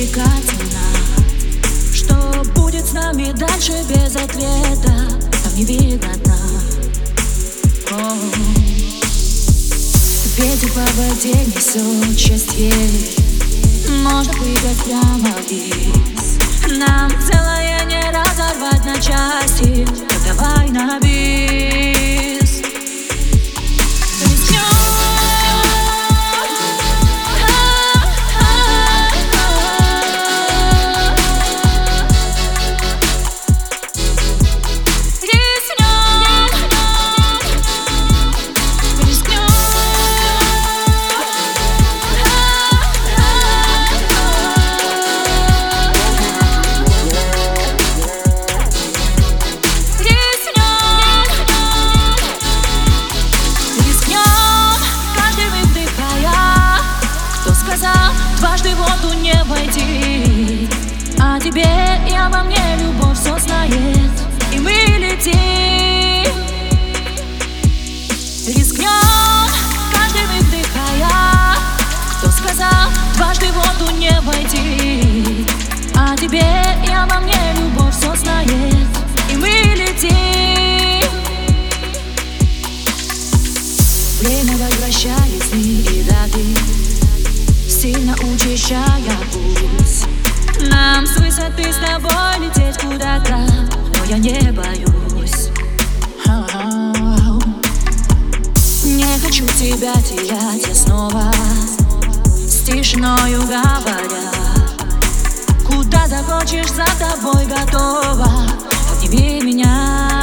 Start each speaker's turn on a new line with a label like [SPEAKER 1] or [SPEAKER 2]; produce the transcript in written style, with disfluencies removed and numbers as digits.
[SPEAKER 1] привлекательна. Что будет с нами дальше без ответа, нам не видно дна. Ветер по воде несет счастье, можно прыгать прямо вниз. Нам целое не разорвать на части, так давай на бис. Дважды в воду не войти, а тебе и обо мне любовь все знает, и мы летим. Рискнем, каждый выдыхая. Кто сказал, дважды в воду не войти, а тебе и обо мне любовь все знает, и мы летим. Время возвращает сны и даты, сильно учащая путь. Нам с высоты с тобой лететь куда-то, но я не боюсь. Не хочу тебя терять я снова, с тишиною говоря. Куда захочешь, за тобой готова, обними меня.